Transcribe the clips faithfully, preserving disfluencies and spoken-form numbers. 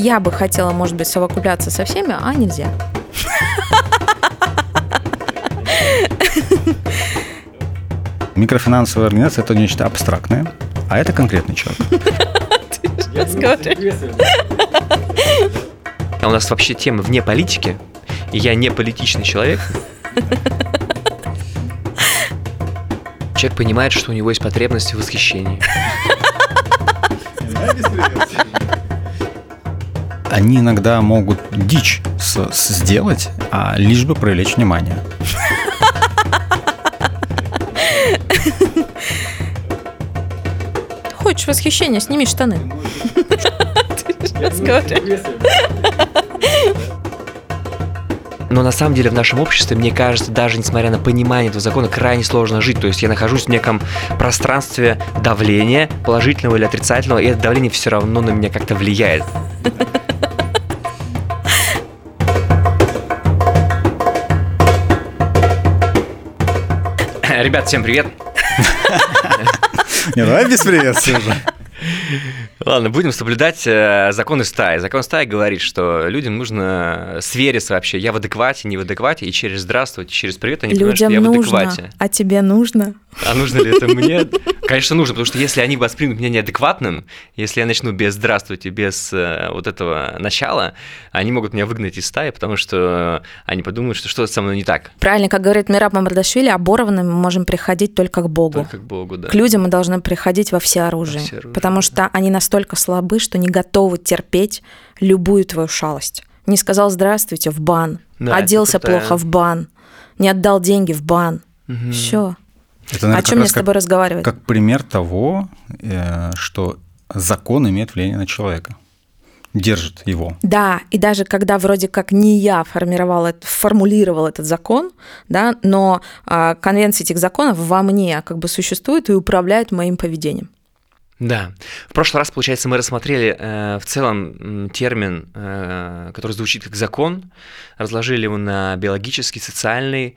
я бы хотела, может быть, совокупляться со всеми, а нельзя. Микрофинансовая организация – это нечто абстрактное, а это конкретный человек. У нас вообще тема вне политики, и я не политичный человек. Человек понимает, что у него есть потребность в восхищении. Они иногда могут дичь с- сделать, а лишь бы привлечь внимание. Хочешь восхищение, сними штаны. Но на самом деле в нашем обществе, мне кажется, даже несмотря на понимание этого закона, крайне сложно жить. То есть я нахожусь в неком пространстве давления, положительного или отрицательного, и это давление все равно на меня как-то влияет. Ребят, всем привет. Не, давай без приветствия уже. Ладно, будем соблюдать э, законы стаи. Закон стаи говорит, что людям нужно свериться вообще. Я в адеквате, не в адеквате, и через здравствуйте, через привет они понимают, что я в адеквате. Нужно, а тебе нужно? А нужно ли это мне? Конечно, нужно, потому что если они воспримут меня неадекватным, если я начну без здравствуйте, без э, вот этого начала, они могут меня выгнать из стаи, потому что они подумают, что что-то со мной не так. Правильно, как говорит Мераб Мамардашвили, оборванными мы можем приходить только к Богу. Только к Богу, да. К людям мы должны приходить во всеоружие, Во всеоружие, потому что они настолько слабы, что не готовы терпеть любую твою шалость. Не сказал здравствуйте — в бан. Да, Оделся это крутая. плохо — в бан. Не отдал деньги — в бан. Мгм. Все. Это, наверное, О чем мне с тобой разговаривать? Как пример того, э, что закон имеет влияние на человека, держит его. Да, и даже когда вроде как не я формировала, формулировал этот закон, да, но а, конвенция этих законов во мне как бы существует и управляет моим поведением. Да. В прошлый раз, получается, мы рассмотрели э, в целом м, термин, э, который звучит как закон, разложили его на биологический, социальный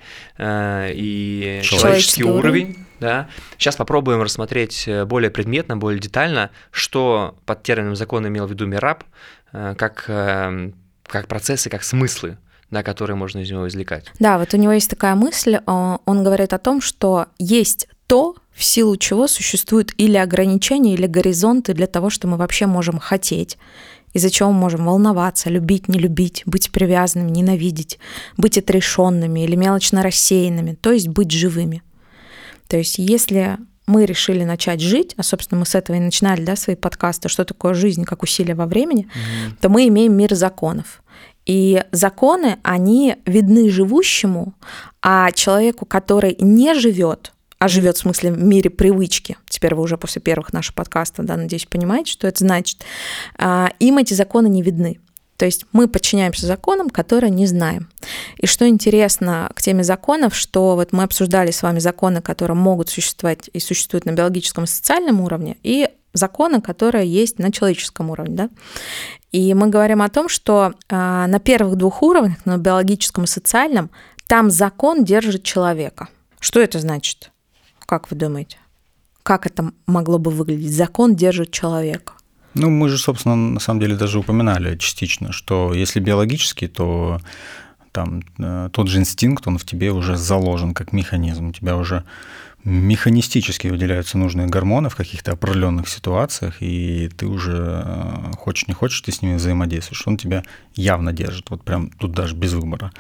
э, и Человеческий человеческий уровень. уровень. Да. Сейчас попробуем рассмотреть более предметно, более детально, что под термином закон имел в виду Мераб, э, как, э, как процессы, как смыслы, да, которые можно из него извлекать. Да, вот у него есть такая мысль, э, он говорит о том, что есть то, в силу чего существуют или ограничения, или горизонты для того, что мы вообще можем хотеть, из-за чего мы можем волноваться, любить, не любить, быть привязанными, ненавидеть, быть отрешенными или мелочно рассеянными, то есть быть живыми. То есть если мы решили начать жить, а, собственно, мы с этого и начинали, да, свои подкасты, что такое жизнь, как усилие во времени, mm-hmm. то мы имеем мир законов. И законы, они видны живущему, а человеку, который не живет, а живет в смысле в мире привычки, теперь вы уже после первых наших подкастов, да, надеюсь, понимаете, что это значит, им эти законы не видны. То есть мы подчиняемся законам, которые не знаем. И что интересно к теме законов, что вот мы обсуждали с вами законы, которые могут существовать и существуют на биологическом и социальном уровне, и законы, которые есть на человеческом уровне. Да? И мы говорим о том, что на первых двух уровнях, на биологическом и социальном, там закон держит человека. Что это значит? Как вы думаете? Как это могло бы выглядеть? Закон держит человека. Ну, мы же, собственно, на самом деле даже упоминали частично, что если биологически, то там тот же инстинкт, он в тебе уже заложен как механизм. У тебя уже механистически выделяются нужные гормоны в каких-то определенных ситуациях, и ты уже, хочешь не хочешь, ты с ними взаимодействуешь. Он тебя явно держит, вот прям тут даже без выбора.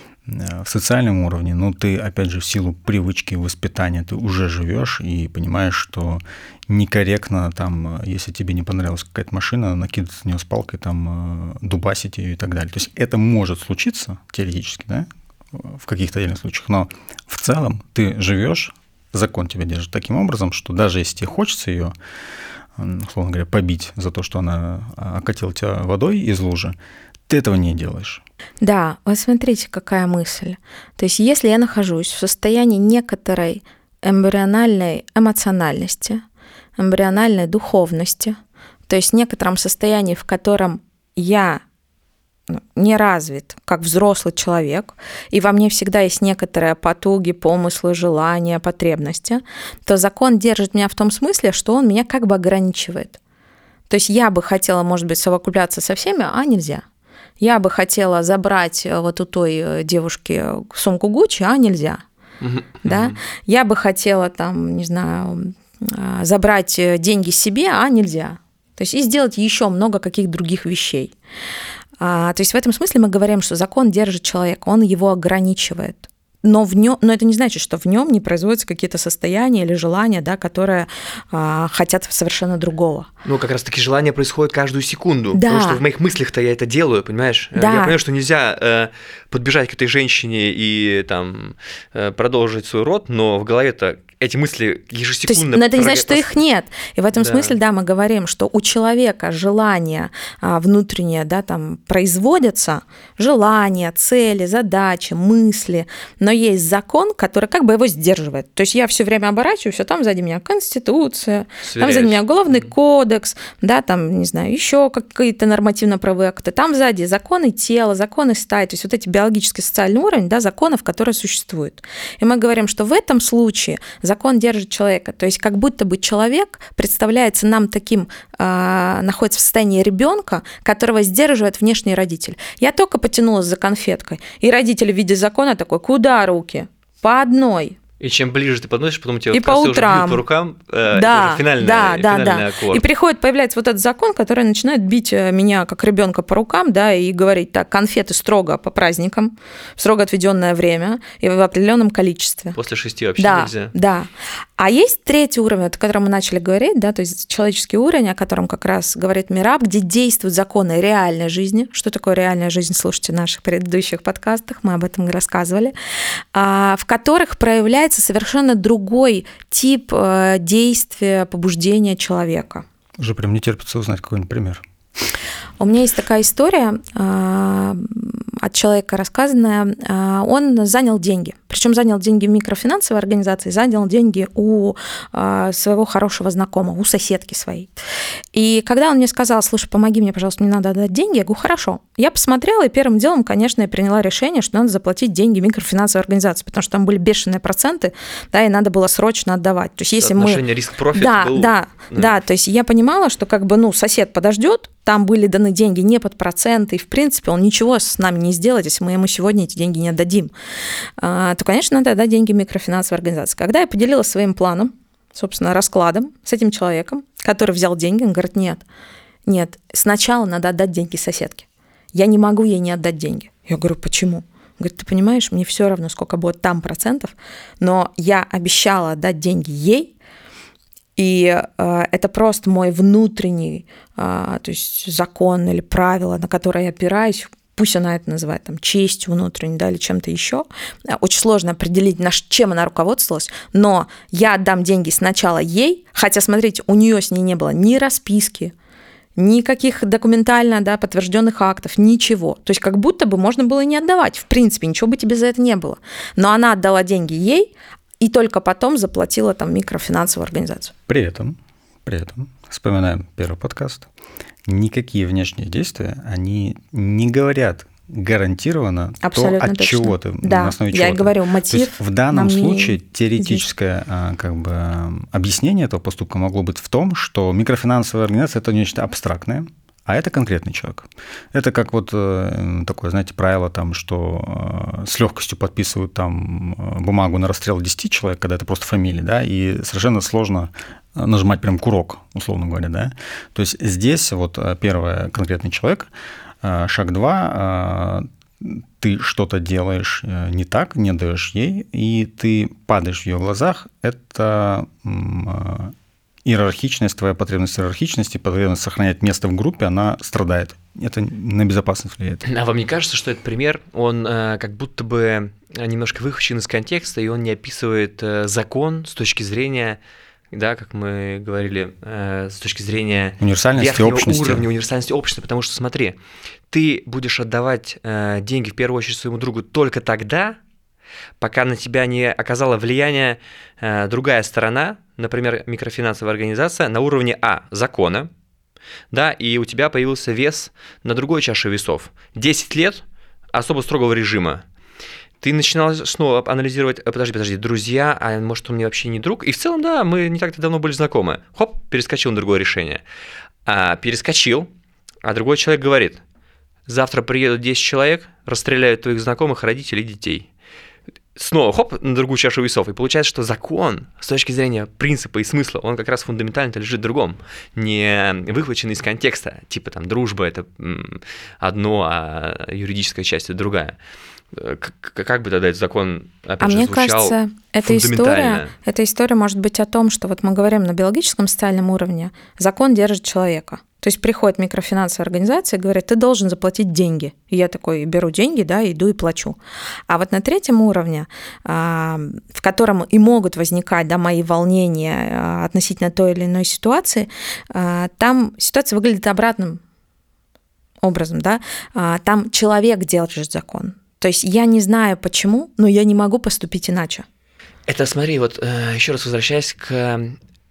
В социальном уровне, ну, ты, опять же, в силу привычки, воспитания, ты уже живешь и понимаешь, что некорректно, там, если тебе не понравилась какая-то машина, накидываться на нее с палкой, там, дубасить ее и так далее. То есть это может случиться теоретически, да, в каких-то отдельных случаях, но в целом ты живешь, закон тебя держит таким образом, что даже если тебе хочется ее, условно говоря, побить за то, что она окатила тебя водой из лужи, ты этого не делаешь. Да, вот смотрите, какая мысль. То есть если я нахожусь в состоянии некоторой эмбриональной эмоциональности, эмбриональной духовности, то есть в некотором состоянии, в котором я не развит как взрослый человек, и во мне всегда есть некоторые потуги, помыслы, желания, потребности, то закон держит меня в том смысле, что он меня как бы ограничивает. То есть я бы хотела, может быть, совокупляться со всеми, а нельзя. Я бы хотела забрать вот у той девушки сумку Гуччи, а нельзя. Mm-hmm. Да? Я бы хотела там, не знаю, забрать деньги себе, а нельзя. То есть и сделать еще много каких других вещей. А, то есть в этом смысле мы говорим, что закон держит человека, он его ограничивает. Но, в нем, но это не значит, что в нем не производятся какие-то состояния или желания, да, которые а, хотят совершенно другого. Ну, как раз-таки желания происходят каждую секунду. Да. Потому что в моих мыслях-то я это делаю, понимаешь? Да. Я понимаю, что нельзя э, подбежать к этой женщине и там э, продолжить свой род, но в голове-то эти мысли ежесекундно... То есть, но это не значит, что прог... их нет. И в этом да. смысле, да, мы говорим, что у человека желания а, внутренние, да, там, производятся, желания, цели, задачи, мысли, но есть закон, который как бы его сдерживает. То есть я все время оборачиваюсь, а там сзади меня Конституция, Сверяюсь. там сзади меня Уголовный mm-hmm. кодекс, да, там, не знаю, еще какие-то нормативно-правовые акты, там сзади законы тела, законы стаи, то есть вот эти биологический социальный уровень, да, законов, которые существуют. И мы говорим, что в этом случае закон держит человека. То есть как будто бы человек представляется нам таким, э, находится в состоянии ребенка, которого сдерживает внешний родитель. Я только потянулась за конфеткой, и родитель в виде закона такой: куда руки? По одной. И чем ближе ты подносишь, потом тебе и вот по утрам. Уже по рукам, э, да, это уже финальный, да, да, финальный да. аккорд. И приходит, появляется вот этот закон, который начинает бить меня как ребенка по рукам, да, и говорить: так, конфеты строго по праздникам, в строго отведенное время и в определенном количестве. После шести вообще да, нельзя. Да. А есть третий уровень, о котором мы начали говорить, да, то есть человеческий уровень, о котором как раз говорит Мираб, где действуют законы реальной жизни. Что такое реальная жизнь? Слушайте в наших предыдущих подкастах, мы об этом рассказывали, в которых проявляется совершенно другой тип действия, побуждения человека. Уже прям не терпится узнать какой-нибудь пример. У меня есть такая история от человека рассказанная. Он занял деньги. Причем занял деньги в микрофинансовой организации, занял деньги у своего хорошего знакомого, у соседки своей. И когда он мне сказал: слушай, помоги мне, пожалуйста, мне надо отдать деньги, я говорю: хорошо. Я посмотрела, и первым делом, конечно, я приняла решение, что надо заплатить деньги микрофинансовой организации, потому что там были бешеные проценты, да, и надо было срочно отдавать. То есть если мы... риск-профит да, был... Да, да, да, то есть я понимала, что как бы, ну, сосед подождет, там были даны деньги не под проценты, и, в принципе, он ничего с нами не сделает, если мы ему сегодня эти деньги не отдадим, то, конечно, надо отдать деньги микрофинансовой организации. Когда я поделилась своим планом, собственно, раскладом с этим человеком, который взял деньги, он говорит: нет, нет, сначала надо отдать деньги соседке. Я не могу ей не отдать деньги. Я говорю: почему? Он говорит: ты понимаешь, мне все равно, сколько будет там процентов, но я обещала отдать деньги ей, и э, это просто мой внутренний, э, то есть закон или правило, на которое я опираюсь. Пусть она это называет там честью внутренней, да, или чем-то еще. Очень сложно определить, на чем она руководствовалась, но я отдам деньги сначала ей, хотя, смотрите, у нее с ней не было ни расписки, никаких документально, да, подтвержденных актов, ничего. То есть как будто бы можно было и не отдавать. В принципе, ничего бы тебе за это не было. Но она отдала деньги ей и только потом заплатила там микрофинансовую организацию. При этом, при этом, вспоминаем первый подкаст, никакие внешние действия, они не говорят гарантированно абсолютно то, от точно. Чего ты, да, на основе я чего и ты. говорю, мотив. В данном случае теоретическое как бы, объяснение этого поступка могло быть в том, что микрофинансовая организация – это нечто абстрактное, а это конкретный человек. Это как вот такое, знаете, правило, там, что с легкостью подписывают там бумагу на расстрел десяти человек, когда это просто фамилия, да, и совершенно сложно нажимать прям курок, условно говоря, да. То есть здесь вот первое, конкретный человек, шаг два, ты что-то делаешь не так, не даешь ей, и ты падаешь в ее глазах, это иерархичность, твоя потребность иерархичности, потребность сохранять место в группе, она страдает. Это на безопасность влияет. А вам не кажется, что этот пример, он э, как будто бы немножко выхвачен из контекста, и он не описывает э, закон с точки зрения, да, как мы говорили, э, с точки зрения универсальности общности. Уровня универсальности общества, потому что, смотри, ты будешь отдавать э, деньги в первую очередь своему другу только тогда, пока на тебя не оказало влияние э, другая сторона, например, микрофинансовая организация, на уровне А – закона, да, и у тебя появился вес на другой чаше весов. десять лет особо строгого режима. Ты начинал снова анализировать, подожди, подожди, друзья, а может, он мне вообще не друг? И в целом, да, мы не так-то давно были знакомы. Хоп, перескочил на другое решение. а, перескочил, а другой человек говорит: завтра приедут десять человек, расстреляют твоих знакомых, родителей, детей. Снова хоп, на другую чашу весов. И получается, что закон, с точки зрения принципа и смысла, он как раз фундаментально лежит в другом, не выхваченный из контекста. Типа там дружба – это одно, а юридическая часть – это другая. Как, как бы тогда этот закон, опять а же, мне звучал кажется, эта история, эта история может быть о том, что вот мы говорим на биологическом социальном уровне, закон держит человека. То есть приходит микрофинансовая организация и говорит: ты должен заплатить деньги. И я такой беру деньги, да, иду и плачу. А вот на третьем уровне, в котором и могут возникать, да, мои волнения относительно той или иной ситуации, там ситуация выглядит обратным образом, да. Там человек держит закон. То есть я не знаю почему, но я не могу поступить иначе. Это, смотри, вот еще раз возвращаясь к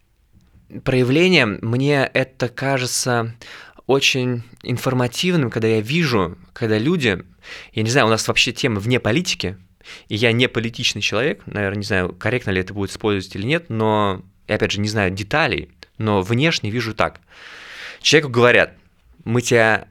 проявлениям, мне это кажется очень информативным, когда я вижу, когда люди, я не знаю, у нас вообще тема вне политики, и я не политичный человек, наверное, не знаю, корректно ли это будет использовать или нет, но, я опять же, не знаю деталей, но внешне вижу так. Человеку говорят: мы тебя,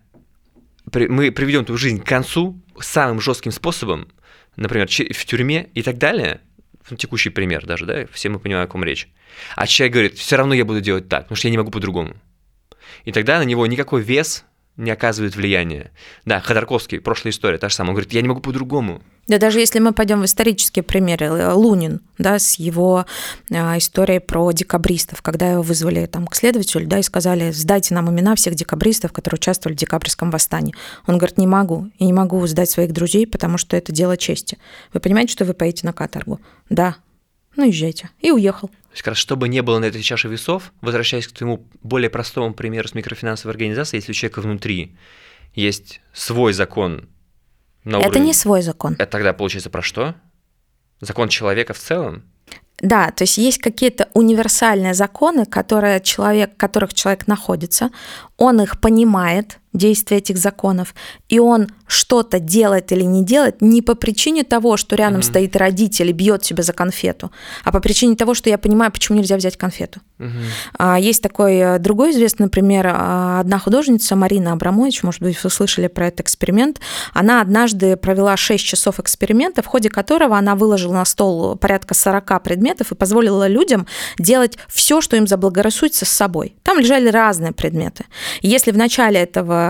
мы приведем твою жизнь к концу самым жестким способом, например, в тюрьме и так далее. Текущий пример даже, да, все мы понимаем, о ком речь. А человек говорит: все равно я буду делать так, потому что я не могу по-другому. И тогда на него никакой вес не оказывает влияния. Да, Ходорковский, прошлая история, та же самая. Он говорит: я не могу по-другому. Да, даже если мы пойдем в исторические примеры, Лунин, да, с его историей про декабристов, когда его вызвали там к следователю, да, и сказали: сдайте нам имена всех декабристов, которые участвовали в декабрьском восстании. Он говорит: не могу, я не могу сдать своих друзей, потому что это дело чести. Вы понимаете, что вы поедете на каторгу? Да. Ну, езжайте. И уехал. То есть, как раз, чтобы не было на этой чаше весов, возвращаясь к твоему более простому примеру с микрофинансовой организацией, если у человека внутри есть свой закон на уровне... Это не свой закон. Это тогда получается про что? Закон человека в целом? Да, то есть есть какие-то универсальные законы, которые человек, в которых человек находится, он их понимает, действие этих законов, и он что-то делает или не делает не по причине того, что рядом mm-hmm. стоит родитель и бьет себя за конфету, а по причине того, что я понимаю, почему нельзя взять конфету. Mm-hmm. Есть такой другой известный пример. Одна художница, Марина Абрамович, может быть, вы слышали про этот эксперимент, она однажды провела шесть часов эксперимента, в ходе которого она выложила на стол порядка сорок предметов и позволила людям делать все, что им заблагорассудится с собой. Там лежали разные предметы. И если в начале этого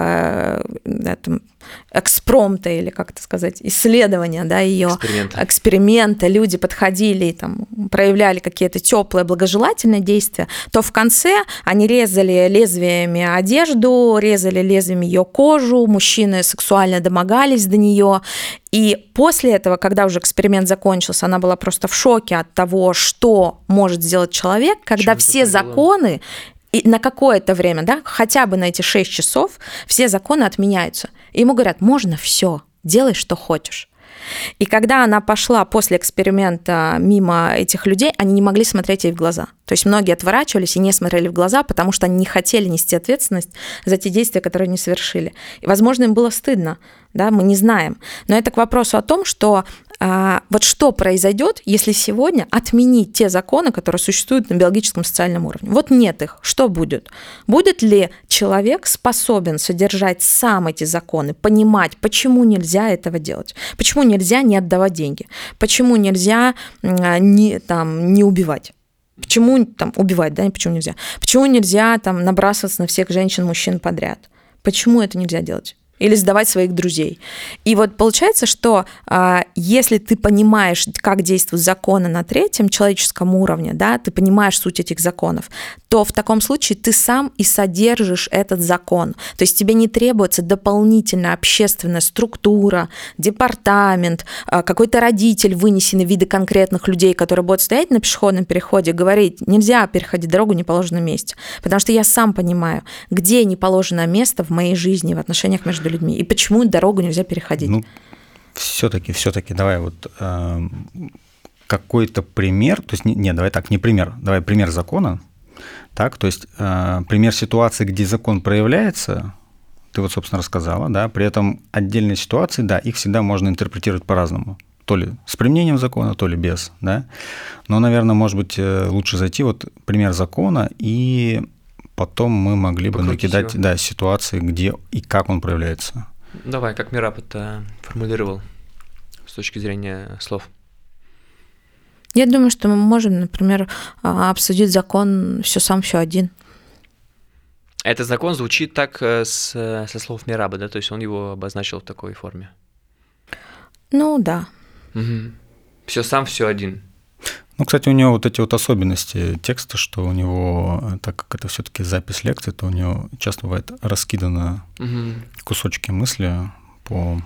этом, экспромта, или как это сказать, исследования, да, ее эксперимента. эксперимента, люди подходили и там проявляли какие-то теплые, благожелательные действия, то в конце они резали лезвиями одежду, резали лезвиями ее кожу, мужчины сексуально домогались до нее. И после этого, когда уже эксперимент закончился, она была просто в шоке от того, что может сделать человек, когда Чем все законы и на какое-то время, да, хотя бы на эти шесть часов, все законы отменяются. И ему говорят: можно все, делай, что хочешь. И когда она пошла после эксперимента мимо этих людей, они не могли смотреть ей в глаза. То есть многие отворачивались и не смотрели в глаза, потому что они не хотели нести ответственность за те действия, которые они совершили. И, возможно, им было стыдно, да, мы не знаем. Но это к вопросу о том, что а, вот что произойдет, если сегодня отменить те законы, которые существуют на биологическом социальном уровне. Вот нет их. Что будет? Будет ли человек способен содержать сам эти законы, понимать, почему нельзя этого делать, почему нельзя не отдавать деньги, почему нельзя не, там, не убивать? Почему там убивать, да, почему нельзя? Почему нельзя там набрасываться на всех женщин, мужчин подряд? Почему это нельзя делать? Или сдавать своих друзей. И вот получается, что а, если ты понимаешь, как действуют законы на третьем человеческом уровне, да, ты понимаешь суть этих законов, то в таком случае ты сам и содержишь этот закон. То есть тебе не требуется дополнительная общественная структура, департамент, какой-то родитель, вынесенный в виды конкретных людей, которые будут стоять на пешеходном переходе и говорить: нельзя переходить дорогу в неположенном месте. Потому что я сам понимаю, где неположенное место в моей жизни, в отношениях между людьми, и почему дорогу нельзя переходить. Ну, все-таки, все-таки, давай вот э, какой-то пример, то есть, не, не, давай так, не пример, давай пример закона, так, то есть э, пример ситуации, где закон проявляется, ты вот, собственно, рассказала, да, при этом отдельные ситуации, да, их всегда можно интерпретировать по-разному, то ли с применением закона, то ли без, да, но, наверное, может быть, лучше зайти вот пример закона и потом мы могли бы Покрутить накидать его. да, ситуации, где и как он проявляется. Давай, как Мераб это формулировал с точки зрения слов. Я думаю, что мы можем, например, обсудить закон «все сам, все один». Этот закон звучит так с, со слов Мераба, да? То есть он его обозначил в такой форме. Ну да. Угу. Все сам, все один. Ну, кстати, у него вот эти вот особенности текста, что у него, так как это все-таки запись лекции, то у него часто бывает раскидано угу. кусочки мысли по.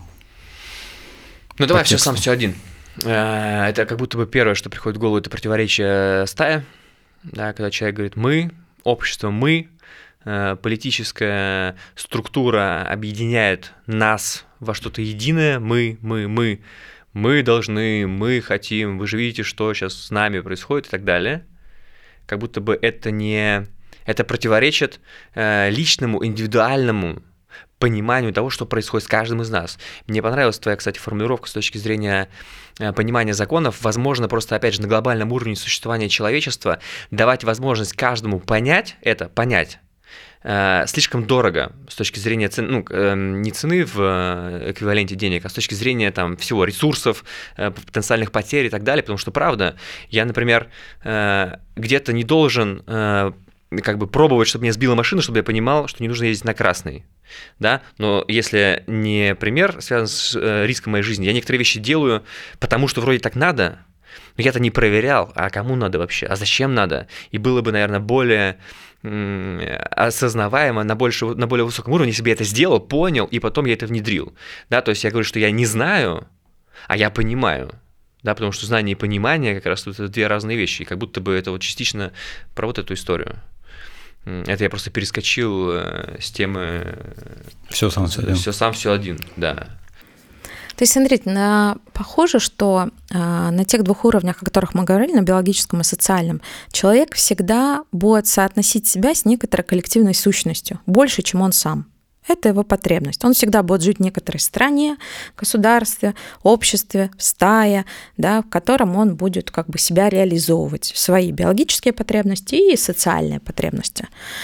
Ну давай по все тексту. сам, все один. Это как будто бы первое, что приходит в голову, это противоречие стая, да, когда человек говорит «мы», общество «мы», политическая структура объединяет нас во что-то единое, мы, мы, мы, мы должны, мы хотим, вы же видите, что сейчас с нами происходит и так далее. Как будто бы это не, это противоречит личному, индивидуальному пониманию того, что происходит с каждым из нас. Мне понравилась твоя, кстати, формулировка с точки зрения понимания законов. Возможно, просто, опять же, на глобальном уровне существования человечества давать возможность каждому понять это, понять, э, слишком дорого с точки зрения цены, ну, э, не цены в эквиваленте денег, а с точки зрения там всего ресурсов, э, потенциальных потерь и так далее, потому что, правда, я, например, э, где-то не должен э, как бы пробовать, чтобы меня сбила машина, чтобы я понимал, что не нужно ездить на красный. Да? Но если не пример, связан с э, риском моей жизни, я некоторые вещи делаю, потому что вроде так надо, но я-то не проверял, а кому надо вообще, а зачем надо. И было бы, наверное, более м- осознаваемо на, больше, на более высоком уровне, если бы я это сделал, понял, и потом я это внедрил. Да? То есть я говорю, что я не знаю, а я понимаю. Да? Потому что знание и понимание как раз это две разные вещи, и как будто бы это вот частично про вот эту историю. Это я просто перескочил с темы «Все сам, все один». Все сам, все один, да. То есть, смотрите, на... похоже, что э, на тех двух уровнях, о которых мы говорили, на биологическом и социальном, человек всегда будет соотносить себя с некоторой коллективной сущностью, больше, чем он сам. Это его потребность. Он всегда будет жить в некоторой стране, государстве, обществе, в стае, да, в котором он будет как бы себя реализовывать, свои биологические потребности и социальные потребности.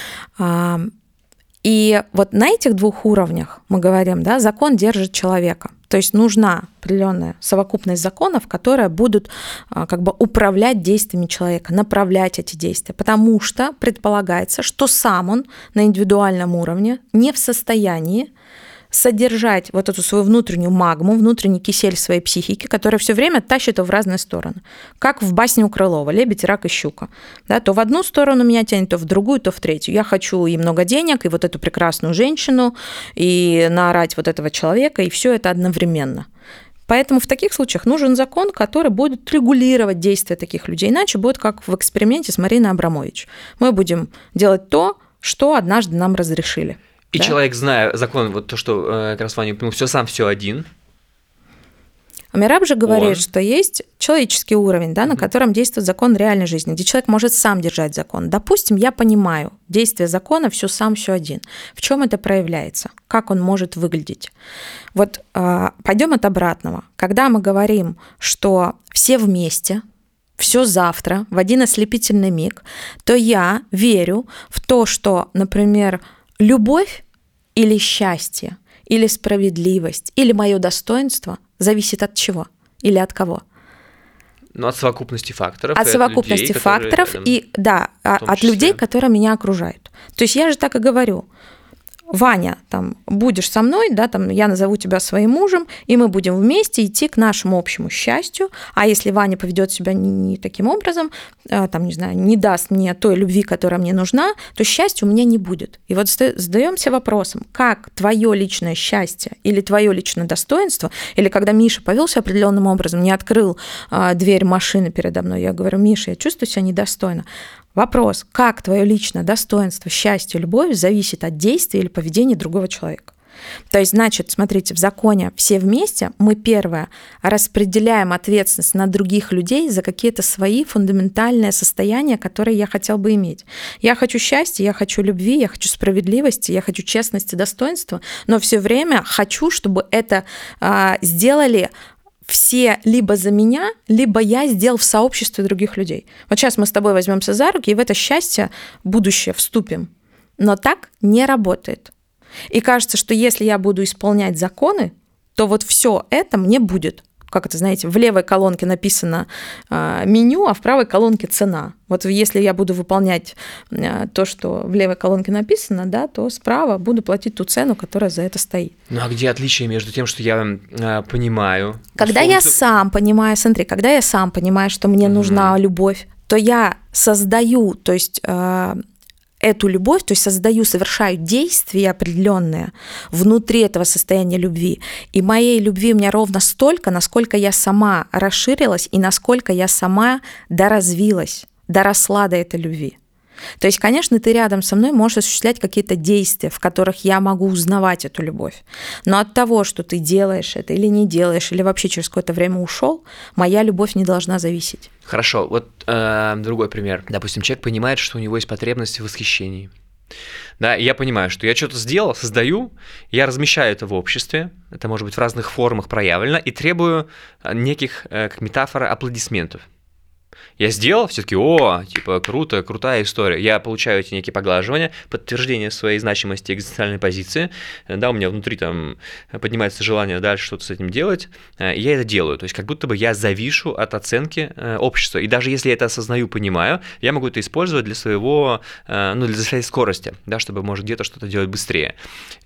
И вот на этих двух уровнях мы говорим, да, закон держит человека. То есть нужна определенная совокупность законов, которые будут как бы управлять действиями человека, направлять эти действия, потому что предполагается, что сам он на индивидуальном уровне не в состоянии содержать вот эту свою внутреннюю магму, внутренний кисель своей психики, которая все время тащит его в разные стороны. Как в басне у Крылова «Лебедь, рак и щука». Да, то в одну сторону меня тянет, то в другую, то в третью. Я хочу и много денег, и вот эту прекрасную женщину, и наорать вот этого человека, и все это одновременно. Поэтому в таких случаях нужен закон, который будет регулировать действия таких людей. Иначе будет как в эксперименте с Мариной Абрамович. Мы будем делать то, что однажды нам разрешили. И да? человек, зная закон, вот то, что как раз Ваня упомянул, все сам, все один. А Мераб же говорит, Он... что есть человеческий уровень, да, mm-hmm. на котором действует закон реальной жизни, где человек может сам держать закон. Допустим, я понимаю, действие закона все сам, все один. В чем это проявляется? Как он может выглядеть? Вот э, пойдем от обратного. Когда мы говорим, что все вместе, все завтра, в один ослепительный миг, то я верю в то, что, например, любовь или счастье, или справедливость, или мое достоинство зависит от чего или от кого? Ну, от совокупности факторов. От совокупности людей, факторов рядом, и, да, от числе. людей, которые меня окружают. То есть я же так и говорю. Ваня, там, будешь со мной, да, там, я назову тебя своим мужем, и мы будем вместе идти к нашему общему счастью. А если Ваня поведет себя не, не таким образом, там, не знаю, не даст мне той любви, которая мне нужна, то счастья у меня не будет. И вот задаемся вопросом, как твое личное счастье или твое личное достоинство, или когда Миша повел себя определенным образом, не открыл а, дверь машины передо мной, я говорю: Миша, я чувствую себя недостойно. Вопрос, как твое личное достоинство, счастье, любовь зависит от действия или поведения другого человека. То есть, значит, смотрите, в законе все вместе мы, первое, распределяем ответственность на других людей за какие-то свои фундаментальные состояния, которые я хотел бы иметь. Я хочу счастья, я хочу любви, я хочу справедливости, я хочу честности, достоинства, но все время хочу, чтобы это а, сделали все либо за меня, либо я сделал в сообществе других людей. Вот сейчас мы с тобой возьмемся за руки и в это счастье будущее вступим. Но так не работает. И кажется, что если я буду исполнять законы, то вот все это мне будет. Как это, знаете, в левой колонке написано э, меню, а в правой колонке цена. Вот если я буду выполнять э, то, что в левой колонке написано, да, то справа буду платить ту цену, которая за это стоит. Ну а где отличие между тем, что я э, понимаю? Когда условно, я что... сам понимаю, смотри, когда я сам понимаю, что мне mm-hmm. нужна любовь, то я создаю, то есть... Э, эту любовь, то есть создаю, совершаю действия определенные внутри этого состояния любви. И моей любви у меня ровно столько, насколько я сама расширилась и насколько я сама доразвилась, доросла до этой любви. То есть, конечно, ты рядом со мной можешь осуществлять какие-то действия, в которых я могу узнавать эту любовь. Но от того, что ты делаешь это или не делаешь, или вообще через какое-то время ушел, моя любовь не должна зависеть. Хорошо, вот э, другой пример. Допустим, человек понимает, что у него есть потребность в восхищении. Да, и я понимаю, что я что-то сделал, создаю, я размещаю это в обществе, это может быть в разных формах проявлено, и требую неких, э, как метафора, аплодисментов. Я сделал, все таки о, типа, круто, крутая история. Я получаю эти некие поглаживания, подтверждение своей значимости экзистенциальной позиции. Да, у меня внутри там поднимается желание дальше что-то с этим делать, и я это делаю. То есть как будто бы я завишу от оценки общества. И даже если я это осознаю, понимаю, я могу это использовать для своего, ну, для своей скорости, да, чтобы, может, где-то что-то делать быстрее.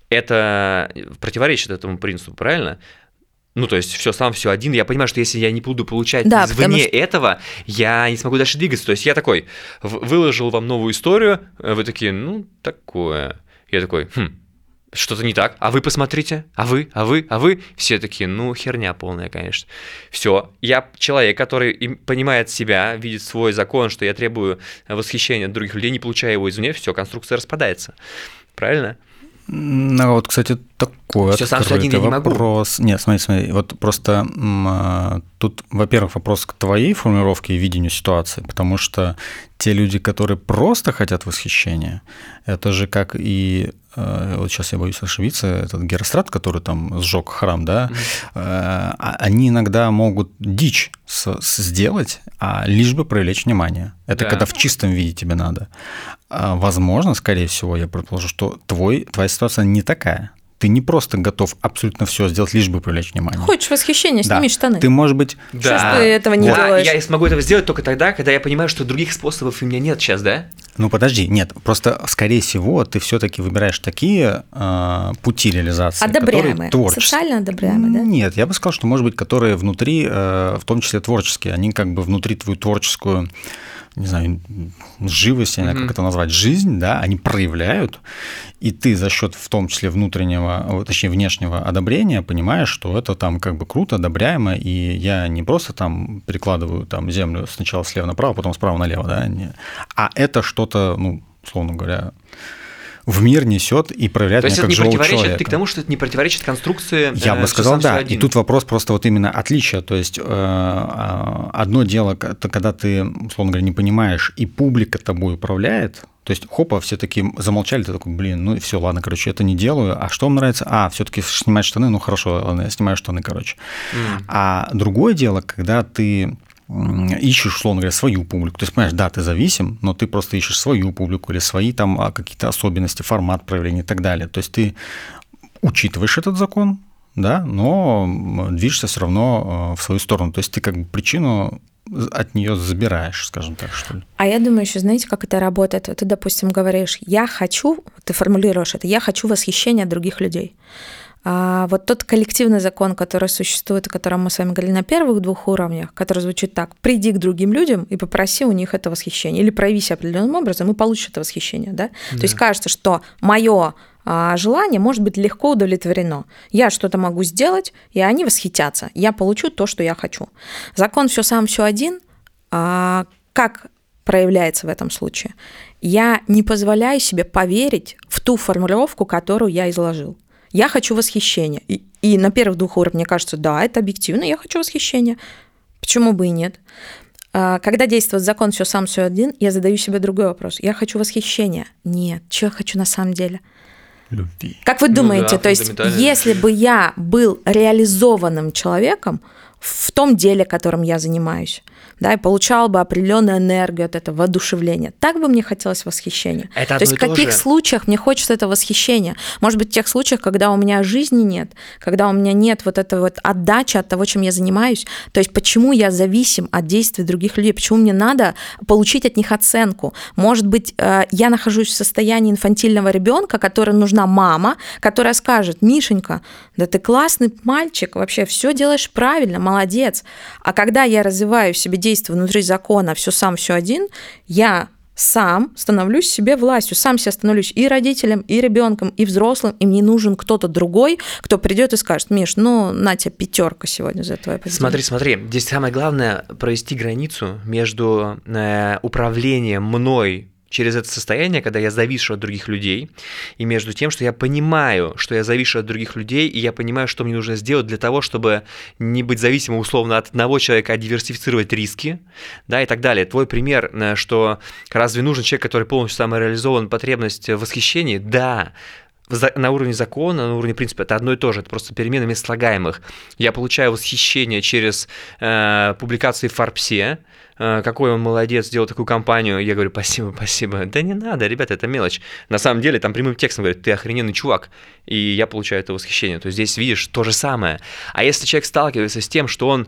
Это противоречит этому принципу, правильно? Ну, то есть все сам, все один. Я понимаю, что если я не буду получать да, извне что... этого, я не смогу дальше двигаться. То есть я такой, выложил вам новую историю, вы такие, ну, такое. Я такой, хм, что-то не так. А вы посмотрите, а вы, а вы, а вы. Все такие, ну, херня полная, конечно. Все, я человек, который понимает себя, видит свой закон, что я требую восхищения от других людей, не получая его извне, все, конструкция распадается. Правильно? Ну, вот, кстати, такой Всё сам, один я не вопрос. Могу. Нет, смотри, смотри, вот просто м, тут, во-первых, вопрос к твоей формулировке и видению ситуации, потому что те люди, которые просто хотят восхищения, это же как и, э, вот сейчас я боюсь ошибиться, этот Герострат, который там сжег храм, да, mm-hmm. э, они иногда могут дичь с- сделать, а лишь бы привлечь внимание. Это да. Когда в чистом виде тебе надо. А, возможно, скорее всего, я предположу, что твой, твоя ситуация не такая. Ты не просто готов абсолютно все сделать, лишь бы привлечь внимание. Хочешь восхищения, сними да. штаны. Ты, может быть... Да. Что ж ты этого не да, делаешь? Я смогу этого сделать только тогда, когда я понимаю, что других способов у меня нет сейчас, да? Ну, подожди, нет, просто, скорее всего, ты все-таки выбираешь такие э, пути реализации, одобряемые, которые творческие. Социально одобряемые, да? Нет, я бы сказал, что, может быть, которые внутри, э, в том числе творческие, они как бы внутри твою творческую, не знаю, живость, я не знаю, mm-hmm. как это назвать, жизнь, да, они проявляют, и ты за счет в том числе внутреннего, точнее, внешнего одобрения понимаешь, что это там как бы круто, одобряемо, и я не просто там перекладываю там землю сначала слева направо, потом справа налево, да, не, а это что-то, ну, условно говоря, в мир несет и проявляет меня как живого человека. То есть это не противоречит ты к тому, что это не противоречит конструкции? Я э, бы сказал, да. один. И тут вопрос просто вот именно отличия. То есть э, одно дело, это когда ты, условно говоря, не понимаешь, и публика тобой управляет. То есть, хопа, все такие замолчали, ты такой, блин, ну и все, ладно, короче, это не делаю. А что вам нравится? А, все-таки снимать штаны, ну хорошо, ладно, я снимаю штаны, короче. Mm. А другое дело, когда ты ищешь, условно говоря, свою публику. То есть, понимаешь, да, ты зависим, но ты просто ищешь свою публику или свои там какие-то особенности, формат проявления и так далее. То есть ты учитываешь этот закон, да, но движешься все равно в свою сторону. То есть ты как бы причину от нее забираешь, скажем так, что ли. А я думаю, еще знаете, как это работает? Ты, допустим, говоришь, я хочу, ты формулируешь это, я хочу восхищения других людей. А вот тот коллективный закон, который существует, о котором мы с вами говорили на первых двух уровнях, который звучит так: приди к другим людям и попроси у них это восхищение, или прояви себя определенным образом и получишь это восхищение, да? Да. То есть кажется, что мое желание может быть легко удовлетворено. Я что-то могу сделать, и они восхитятся. Я получу то, что я хочу. Закон «все сам, все один» как проявляется в этом случае? Я не позволяю себе поверить в ту формулировку, которую я изложил. Я хочу восхищения. И, и на первых двух уровнях мне кажется, да, это объективно, я хочу восхищения. Почему бы и нет? Когда действует закон «все сам, все один», я задаю себе другой вопрос. Я хочу восхищения. Нет, что я хочу на самом деле? Любви. Как вы думаете, ну, да, то есть если бы я был реализованным человеком, в том деле, которым я занимаюсь, да, и получала бы определенную энергию от этого, воодушевления. Так бы мне хотелось восхищения. Это то есть в каких же. случаях мне хочется это восхищения? Может быть, в тех случаях, когда у меня жизни нет, когда у меня нет вот этой вот отдачи от того, чем я занимаюсь. То есть почему я зависим от действий других людей? Почему мне надо получить от них оценку? Может быть, я нахожусь в состоянии инфантильного ребенка, которому нужна мама, которая скажет: Мишенька, да ты классный мальчик, вообще все делаешь правильно, молодец. А когда я развиваю в себе действия внутри закона, все сам, все один, я сам становлюсь себе властью, сам себя становлюсь и родителем, и ребенком, и взрослым, и мне нужен кто-то другой, кто придет и скажет: Миш, ну на тебе пятерка сегодня за твое поведение. Смотри, смотри, здесь самое главное провести границу между э, управлением мной через это состояние, когда я завишу от других людей, и между тем, что я понимаю, что я завишу от других людей, и я понимаю, что мне нужно сделать для того, чтобы не быть зависимым условно от одного человека, а диверсифицировать риски, да, и так далее. Твой пример, что разве нужен человек, который полностью самореализован, потребность в восхищении? Да. На уровне закона, на уровне принципа, это одно и то же, это просто перемена мест слагаемых. Я получаю восхищение через э, публикации в Форбсе, э, какой он молодец, сделал такую кампанию, я говорю: спасибо, спасибо. Да не надо, ребята, это мелочь. На самом деле там прямым текстом говорят: ты охрененный чувак, и я получаю это восхищение. То есть здесь видишь то же самое. А если человек сталкивается с тем, что он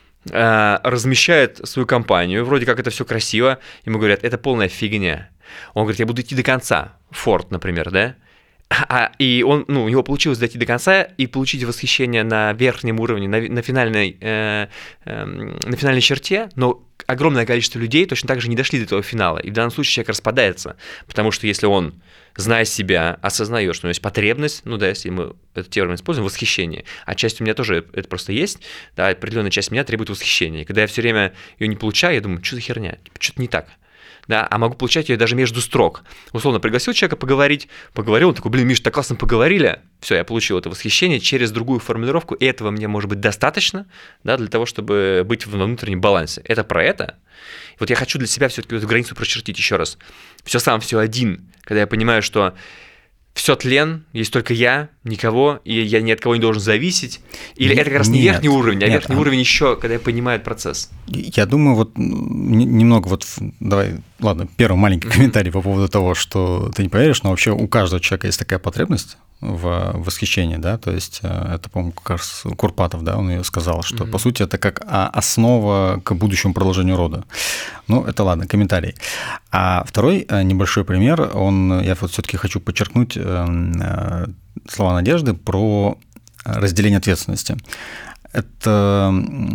э, размещает свою кампанию, вроде как это все красиво, ему говорят: это полная фигня. Он говорит: я буду идти до конца. Форд, например, да? А, и он, ну, у него получилось дойти до конца и получить восхищение на верхнем уровне, на, на, финальной, э, э, на финальной черте, но огромное количество людей точно так же не дошли до этого финала. И в данном случае человек распадается, потому что если он, зная себя, осознает, что у него есть потребность, ну да, если мы этот термин используем, восхищение, а часть у меня тоже это просто есть, да, определенная часть меня требует восхищения. И когда я все время ее не получаю, я думаю: что за херня, что-то не так. Да, а могу получать ее даже между строк. Условно, пригласил человека поговорить, поговорил, он такой: блин, Миш, так классно поговорили, все, я получил это восхищение через другую формулировку, и этого мне может быть достаточно, да, для того, чтобы быть в внутреннем балансе. Это про это. Вот я хочу для себя все-таки эту границу прочертить еще раз. Все сам, все один, когда я понимаю, что все тлен, есть только я, никого, и я ни от кого не должен зависеть. Или нет, это как раз не нет, верхний уровень, а нет, верхний а... уровень еще, когда я понимаю этот процесс. Я думаю, вот немного вот, давай, ладно, первый маленький mm-hmm. комментарий по поводу того, что ты не поверишь, но вообще у каждого человека есть такая потребность в восхищении, да, то есть это, по-моему, как раз Курпатов, да, он ее сказал, что, mm-hmm. по сути, это как основа к будущему продолжению рода. Ну, это ладно, комментарий. А второй небольшой пример, он, я вот все-таки хочу подчеркнуть слова Надежды про разделение ответственности. Это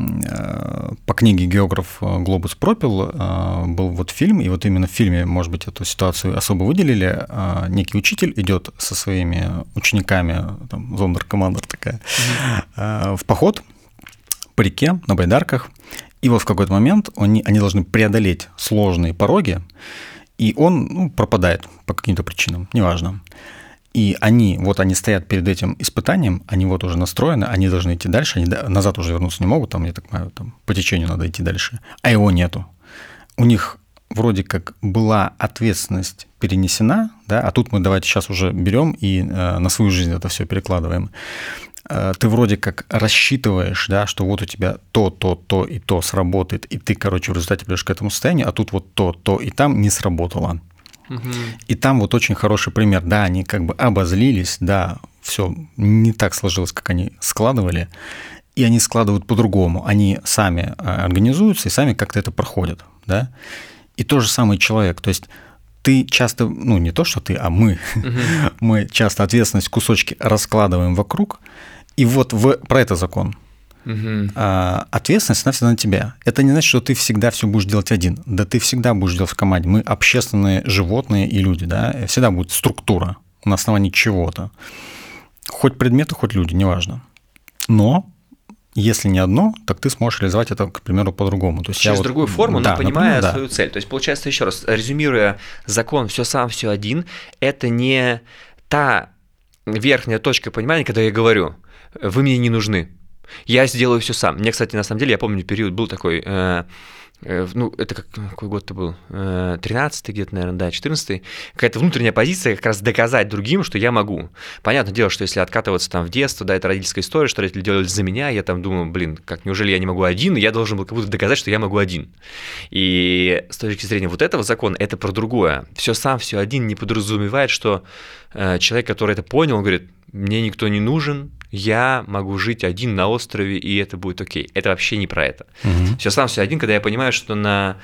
по книге «Географ Глобус пропил» был вот фильм, и вот именно в фильме, может быть, эту ситуацию особо выделили. Некий учитель идет со своими учениками, там, зондеркомандер такая, mm-hmm. в поход по реке на байдарках, и вот в какой-то момент они, они должны преодолеть сложные пороги, и он ну, пропадает по каким-то причинам, неважно. И они, вот они стоят перед этим испытанием, они вот уже настроены, они должны идти дальше, они назад уже вернуться не могут, там, я так понимаю, там, по течению надо идти дальше, а его нету. У них вроде как была ответственность перенесена, да, а тут мы давайте сейчас уже берем и э, на свою жизнь это все перекладываем. Э, ты вроде как рассчитываешь, да, что вот у тебя то, то, то и то сработает, и ты, короче, в результате придешь к этому состоянию, а тут вот то, то и там не сработало. И там вот очень хороший пример. Да, они как бы обозлились, да, все не так сложилось, как они складывали, и они складывают по-другому. Они сами организуются и сами как-то это проходят, да. И то же самый человек, то есть ты часто, ну не то, что ты, а мы, uh-huh. мы часто ответственность кусочки раскладываем вокруг, и вот в, про это закон. Uh-huh. А, ответственность, она всегда на тебя. Это не значит, что ты всегда все будешь делать один. Да ты всегда будешь делать в команде. Мы общественные животные и люди, да, всегда будет структура на основании чего-то. Хоть предметы, хоть люди, неважно. Но если не одно, так ты сможешь реализовать это, к примеру, по-другому. То есть через я другую вот, форму, да, но понимая например, свою да. цель. То есть, получается, еще раз, резюмируя закон «все сам, все один», это не та верхняя точка понимания, когда я говорю: вы мне не нужны. Я сделаю все сам. Мне, кстати, на самом деле, я помню, период был такой, э, ну, это как, какой год это был, тринадцатый где-то, наверное, да, четырнадцатый, какая-то внутренняя позиция как раз доказать другим, что я могу. Понятное дело, что если откатываться там в детство, да, это родительская история, что родители делали за меня, я там думаю, блин, как, неужели я не могу один, и я должен был как будто доказать, что я могу один. И с точки зрения вот этого закона, это про другое. Все сам, все один не подразумевает, что э, человек, который это понял, он говорит, мне никто не нужен, я могу жить один на острове, и это будет окей. Это вообще не про это. Угу. Все сам, все один, когда я понимаю, что на...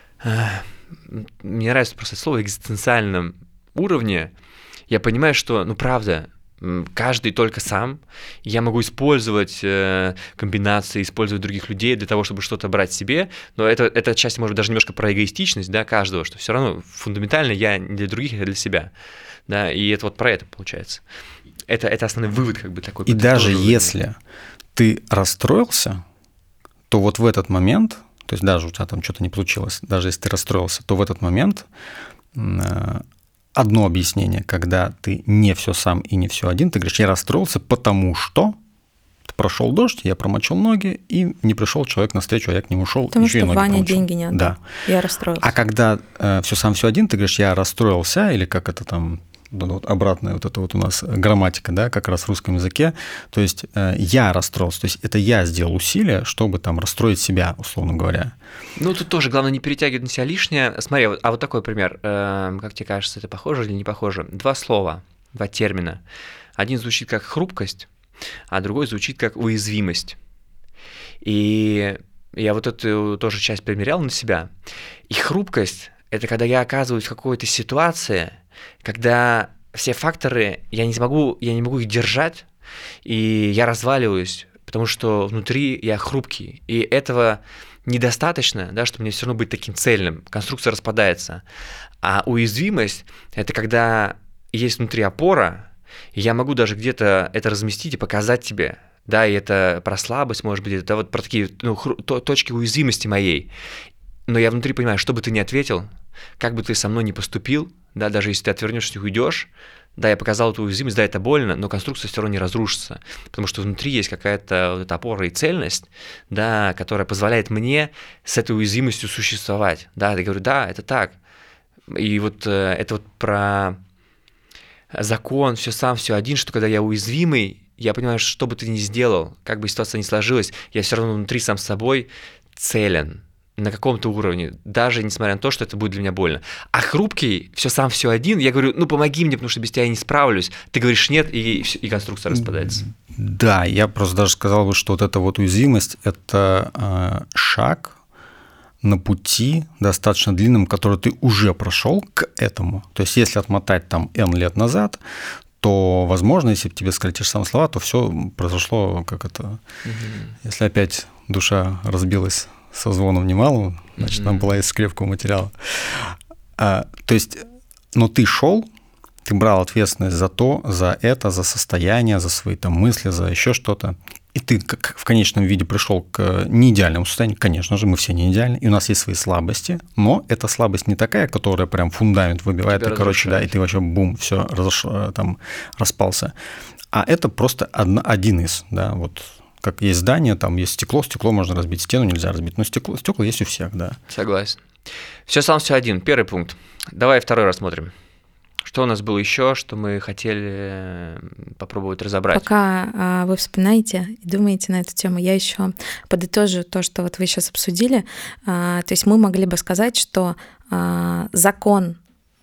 Мне нравится просто слово экзистенциальном уровне, я понимаю, что, ну, правда, каждый только сам, я могу использовать э, комбинации, использовать других людей для того, чтобы что-то брать себе, но это, эта часть, может быть, даже немножко про эгоистичность, да, каждого, что все равно фундаментально я не для других, а для себя, да, и это вот про это получается. Это, это основной вывод как бы такой. И даже если ты расстроился, то вот в этот момент, то есть даже у тебя там что-то не получилось, даже если ты расстроился, то в этот момент одно объяснение, когда ты не все сам и не все один, ты говоришь, я расстроился, потому что прошел дождь, я промочил ноги, и не пришел человек навстречу, а я к нему шел. Потому что Ваня промочил. Деньги не отдал. Да. Я расстроился. А когда э, все сам, все один, ты говоришь, я расстроился, или как это там, вот обратная вот эта вот у нас грамматика, да, как раз в русском языке, то есть э, я расстроился, то есть это я сделал усилие, чтобы там расстроить себя, условно говоря. Ну, тут тоже главное не перетягивать на себя лишнее. Смотри, а вот такой пример, э, как тебе кажется, это похоже или не похоже? Два слова, два термина. Один звучит как хрупкость, а другой звучит как уязвимость. И я вот эту тоже часть примерял на себя. И хрупкость – это когда я оказываюсь в какой-то ситуации, когда все факторы, я не смогу, я не могу их держать, и я разваливаюсь, потому что внутри я хрупкий. И этого недостаточно, да, чтобы мне все равно быть таким цельным. Конструкция распадается. А уязвимость – это когда есть внутри опора, и я могу даже где-то это разместить и показать тебе. Да, и это про слабость, может быть, это вот про такие ну, хру- точки уязвимости моей. Но я внутри понимаю, что бы ты ни ответил, как бы ты со мной ни поступил, да, даже если ты отвернешься и уйдешь, да, я показал эту уязвимость, да, это больно, но конструкция все равно не разрушится, потому что внутри есть какая-то вот эта опора и цельность, да, которая позволяет мне с этой уязвимостью существовать. Да, я говорю, да, это так. И вот э, это вот про закон, все сам, все один, что когда я уязвимый, я понимаю, что, что бы ты ни сделал, как бы ситуация ни сложилась, я все равно внутри сам с собой целен на каком-то уровне, даже несмотря на то, что это будет для меня больно. А хрупкий, все сам, все один, я говорю, ну помоги мне, потому что без тебя я не справлюсь. Ты говоришь нет, и, и конструкция распадается. Да, я просто даже сказал бы, что вот эта вот уязвимость – это э, шаг на пути достаточно длинном, который ты уже прошел к этому. То есть если отмотать там N лет назад, то, возможно, если бы тебе сказали те же самые слова, то все произошло как это… Угу. Если опять душа разбилась со звоном немалым, значит, mm-hmm. там была из крепкого материала. А, то есть, но ты шел, ты брал ответственность за то, за это, за состояние, за свои там мысли, за еще что-то. И ты как в конечном виде пришел к неидеальному состоянию. Конечно же, мы все не идеальны, и у нас есть свои слабости, но эта слабость не такая, которая прям фундамент выбивает, и, короче, да, и ты вообще бум, все разош... там распался. А это просто одна, один из, да, вот. Как есть здание, там есть стекло, стекло можно разбить, стену нельзя разбить, но стекло, стекла есть у всех, да. Согласен. Все сам, все один. Первый пункт. Давай второй рассмотрим. Что у нас было еще, что мы хотели попробовать разобрать? Пока а, вы вспоминаете и думаете на эту тему, я еще подытожу то, что вот вы сейчас обсудили. А, то есть мы могли бы сказать, что а, закон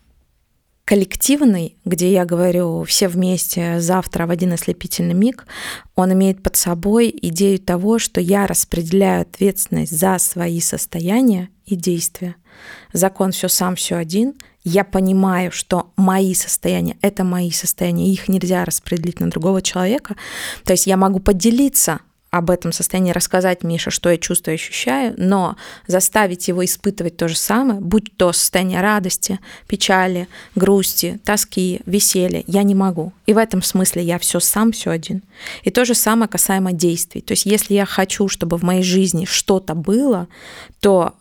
коллективный, где я говорю все вместе завтра в один ослепительный миг, он имеет под собой идею того, что я распределяю ответственность за свои состояния и действия. Закон все сам, все один. Я понимаю, что мои состояния — это мои состояния, их нельзя распределить на другого человека. То есть я могу поделиться об этом состоянии, рассказать Мише, что я чувствую и ощущаю, но заставить его испытывать то же самое, будь то состояние радости, печали, грусти, тоски, веселья, я не могу. И в этом смысле я все сам, все один. И то же самое касаемо действий. То есть если я хочу, чтобы в моей жизни что-то было, то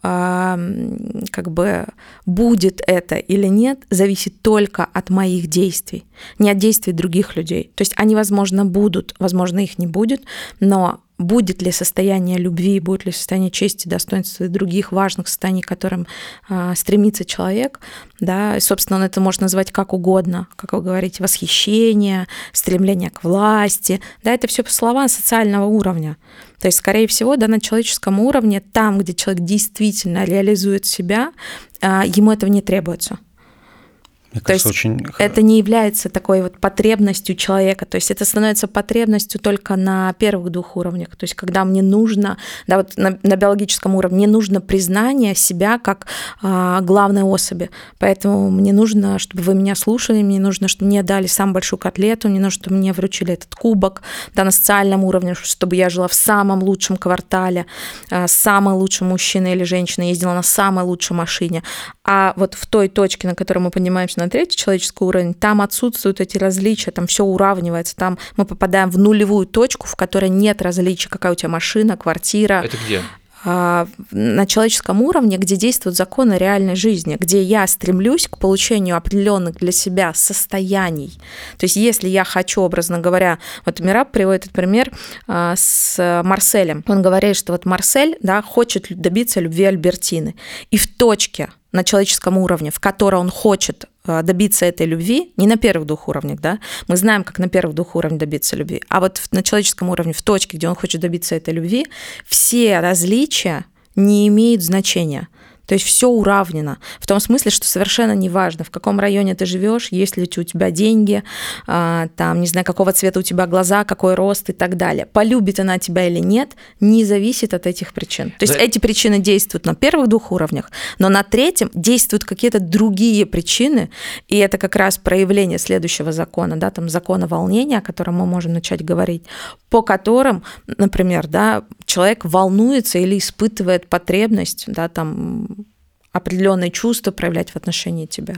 э, как бы будет это или нет, зависит только от моих действий, не от действий других людей. То есть они, возможно, будут, возможно, их не будет, но будет ли состояние любви, будет ли состояние чести, достоинства и других важных состояний, к которым э, стремится человек, да, и, собственно, он это может назвать как угодно, как вы говорите, восхищение, стремление к власти, да, это все слова социального уровня. То есть, скорее всего, да, на человеческом уровне, там, где человек действительно реализует себя, э, ему этого не требуется. Мне то кажется, есть очень... это не является такой вот потребностью человека, то есть это становится потребностью только на первых двух уровнях, то есть когда мне нужно, да, вот на, на биологическом уровне, мне нужно признание себя как а, главной особи, поэтому мне нужно, чтобы вы меня слушали, мне нужно, чтобы мне дали самую большую котлету, мне нужно, чтобы мне вручили этот кубок, да, на социальном уровне, чтобы я жила в самом лучшем квартале, а, с самым лучшим мужчиной или женщиной, ездила на самой лучшей машине, а вот в той точке, на которой мы поднимаемся на третий человеческий уровень, там отсутствуют эти различия, там все уравнивается, там мы попадаем в нулевую точку, в которой нет различий, какая у тебя машина, квартира. Это где? На человеческом уровне, где действуют законы реальной жизни, где я стремлюсь к получению определенных для себя состояний. То есть если я хочу, образно говоря, вот Мераб приводит этот пример с Марселем. Он говорит, что вот Марсель, да, хочет добиться любви Альбертины. И в точке на человеческом уровне, в которой он хочет добиться этой любви, не на первых двух уровнях, да, мы знаем, как на первых двух уровнях добиться любви, а вот на человеческом уровне, в точке, где он хочет добиться этой любви, все различия не имеют значения. То есть все уравнено. В том смысле, что совершенно неважно, в каком районе ты живешь, есть ли у тебя деньги, там, не знаю, какого цвета у тебя глаза, какой рост и так далее. Полюбит она тебя или нет, не зависит от этих причин. То есть да. Эти причины действуют на первых двух уровнях, но на третьем действуют какие-то другие причины, и это как раз проявление следующего закона, да, там закона волнения, о котором мы можем начать говорить, по которым, например, да, человек волнуется или испытывает потребность, да, там, определенные чувства проявлять в отношении тебя.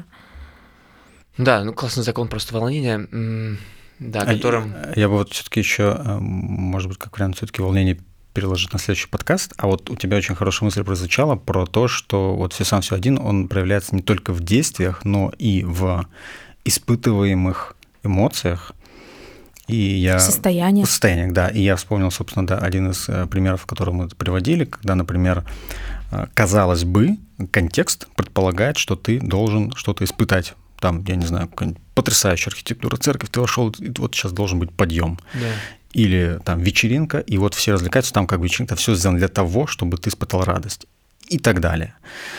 Да, ну классный закон просто волнения, да, которым... Я, я бы вот все-таки еще, может быть, как вариант все-таки волнение переложить на следующий подкаст, а вот у тебя очень хорошая мысль прозвучала про то, что вот «Все сам, все один», он проявляется не только в действиях, но и в испытываемых эмоциях. И я... В состояниях. В состояниях, да. И я вспомнил, собственно, да, один из примеров, который мы приводили, когда, например, казалось бы, контекст предполагает, что ты должен что-то испытать. Там, я не знаю, потрясающая архитектура церкви, ты вошел, и вот сейчас должен быть подъем. Да. Или там вечеринка, и вот все развлекаются, там как бы вечеринка, все сделано для того, чтобы ты испытал радость. И так далее.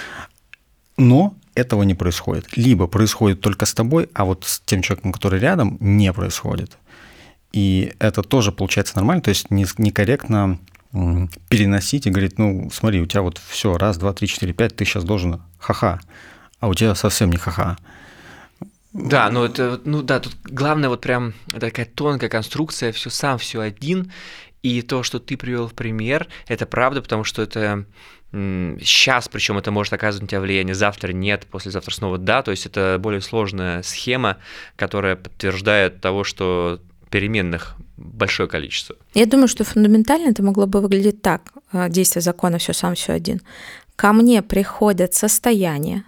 Но этого не происходит. Либо происходит только с тобой, а вот с тем человеком, который рядом, не происходит. И это тоже получается нормально, то есть некорректно переносить и говорить, ну, смотри, у тебя вот все, раз, два, три, четыре, пять, ты сейчас должен ха-ха, а у тебя совсем не ха-ха. Да, ну это, ну да, тут главное вот прям такая тонкая конструкция, все сам, все один, и то, что ты привел в пример, это правда, потому что это сейчас, причем это может оказывать на тебя влияние, завтра нет, послезавтра снова да, то есть это более сложная схема, которая подтверждает того, что переменных большое количество. Я думаю, что фундаментально это могло бы выглядеть так. Действие закона «все сам, все один». Ко мне приходят состояния,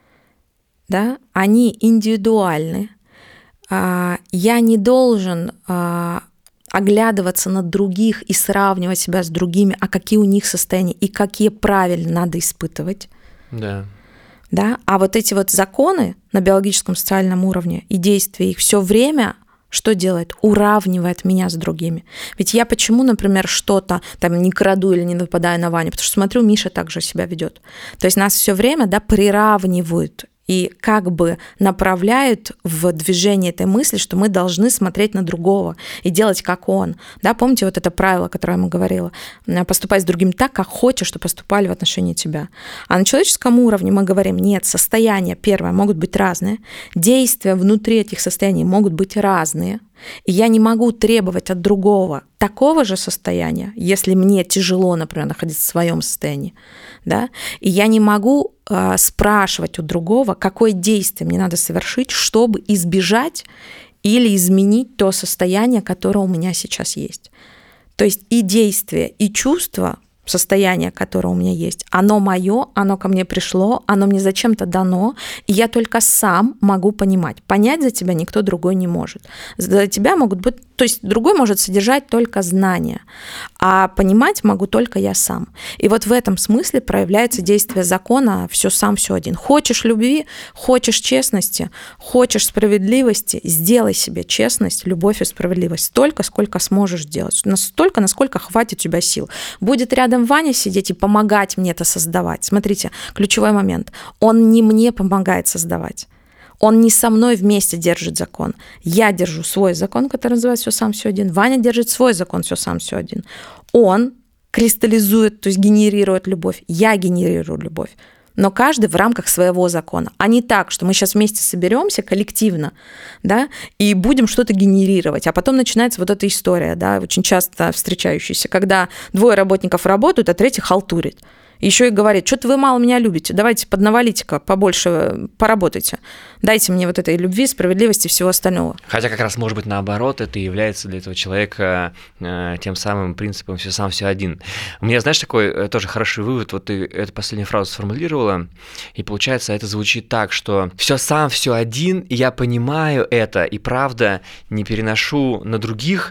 да, они индивидуальны. Я не должен оглядываться на других и сравнивать себя с другими, а какие у них состояния и какие правильно надо испытывать. Да. Да? А вот эти вот законы на биологическом социальном уровне и действия их все время что делает? Уравнивает меня с другими. Ведь я почему, например, что-то там не краду или не нападаю на Ваню? Потому что смотрю, Миша также себя ведет. То есть нас все время, да, приравнивают и как бы направляют в движение этой мысли, что мы должны смотреть на другого и делать как он. Да, помните вот это правило, которое я вам говорила? Поступай с другим так, как хочешь, чтобы поступали в отношении тебя. А на человеческом уровне мы говорим, нет, состояния, первое, могут быть разные, действия внутри этих состояний могут быть разные, и я не могу требовать от другого такого же состояния, если мне тяжело, например, находиться в своем состоянии, да, и я не могу э, спрашивать у другого, какое действие мне надо совершить, чтобы избежать или изменить то состояние, которое у меня сейчас есть. То есть и действия, и чувства состояние, которое у меня есть, оно мое, оно ко мне пришло, оно мне зачем-то дано, и я только сам могу понимать. Понять за тебя никто другой не может. За тебя могут быть, то есть другой может содержать только знания, а понимать могу только я сам. И вот в этом смысле проявляется действие закона «все сам, все один». Хочешь любви, хочешь честности, хочешь справедливости, сделай себе честность, любовь и справедливость столько, сколько сможешь делать, настолько, насколько хватит у тебя сил. Будет рядом Ваня сидеть и помогать мне это создавать. Смотрите, ключевой момент. Он не мне помогает создавать. Он не со мной вместе держит закон. Я держу свой закон, который называется «все сам, все один». Ваня держит свой закон «все сам, все один». Он кристаллизует, то есть генерирует любовь. Я генерирую любовь. Но каждый в рамках своего закона. А не так, что мы сейчас вместе соберемся коллективно, да, и будем что-то генерировать. А потом начинается вот эта история, да, очень часто встречающаяся, когда двое работников работают, а третий халтурит. Еще и говорит, что-то вы мало меня любите, давайте поднавалите-ка, побольше поработайте. Дайте мне вот этой любви, справедливости и всего остального. Хотя как раз, может быть, наоборот, это и является для этого человека э, тем самым принципом «все сам, все один». У меня, знаешь, такой э, тоже хороший вывод, вот ты эту последнюю фразу сформулировала, и получается, это звучит так, что «все сам, все один», и я понимаю это, и правда не переношу на других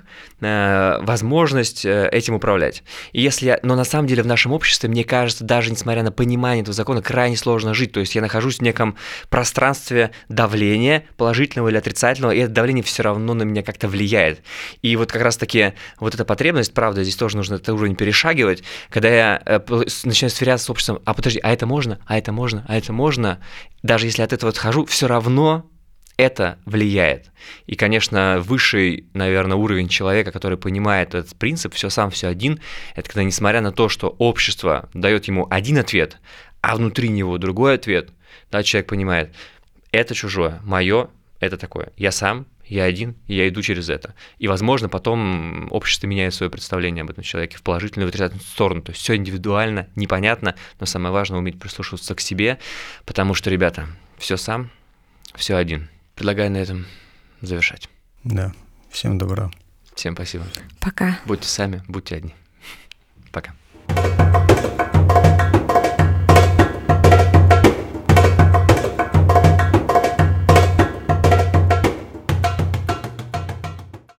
э, возможность э, этим управлять. И если я, но на самом деле в нашем обществе, мне кажется, даже несмотря на понимание этого закона, крайне сложно жить. То есть я нахожусь в неком пространстве давления, положительного или отрицательного, и это давление все равно на меня как-то влияет. И вот как раз-таки вот эта потребность, правда, здесь тоже нужно этот уровень перешагивать, когда я э, начинаю сверяться с обществом, а подожди, а это можно, а это можно, а это можно, даже если от этого отхожу, все равно это влияет. И, конечно, высший, наверное, уровень человека, который понимает этот принцип «все сам, все один», это когда, несмотря на то, что общество дает ему один ответ, а внутри него другой ответ, да, человек понимает, это чужое, мое, это такое, я сам, я один, и я иду через это. И, возможно, потом общество меняет свое представление об этом человеке в положительную и в отрицательную сторону. То есть все индивидуально, непонятно, но самое важное — уметь прислушиваться к себе, потому что, ребята, все сам, все один. Предлагаю на этом завершать. Да, всем добра. Всем спасибо. Пока. Будьте сами, будьте одни. Пока.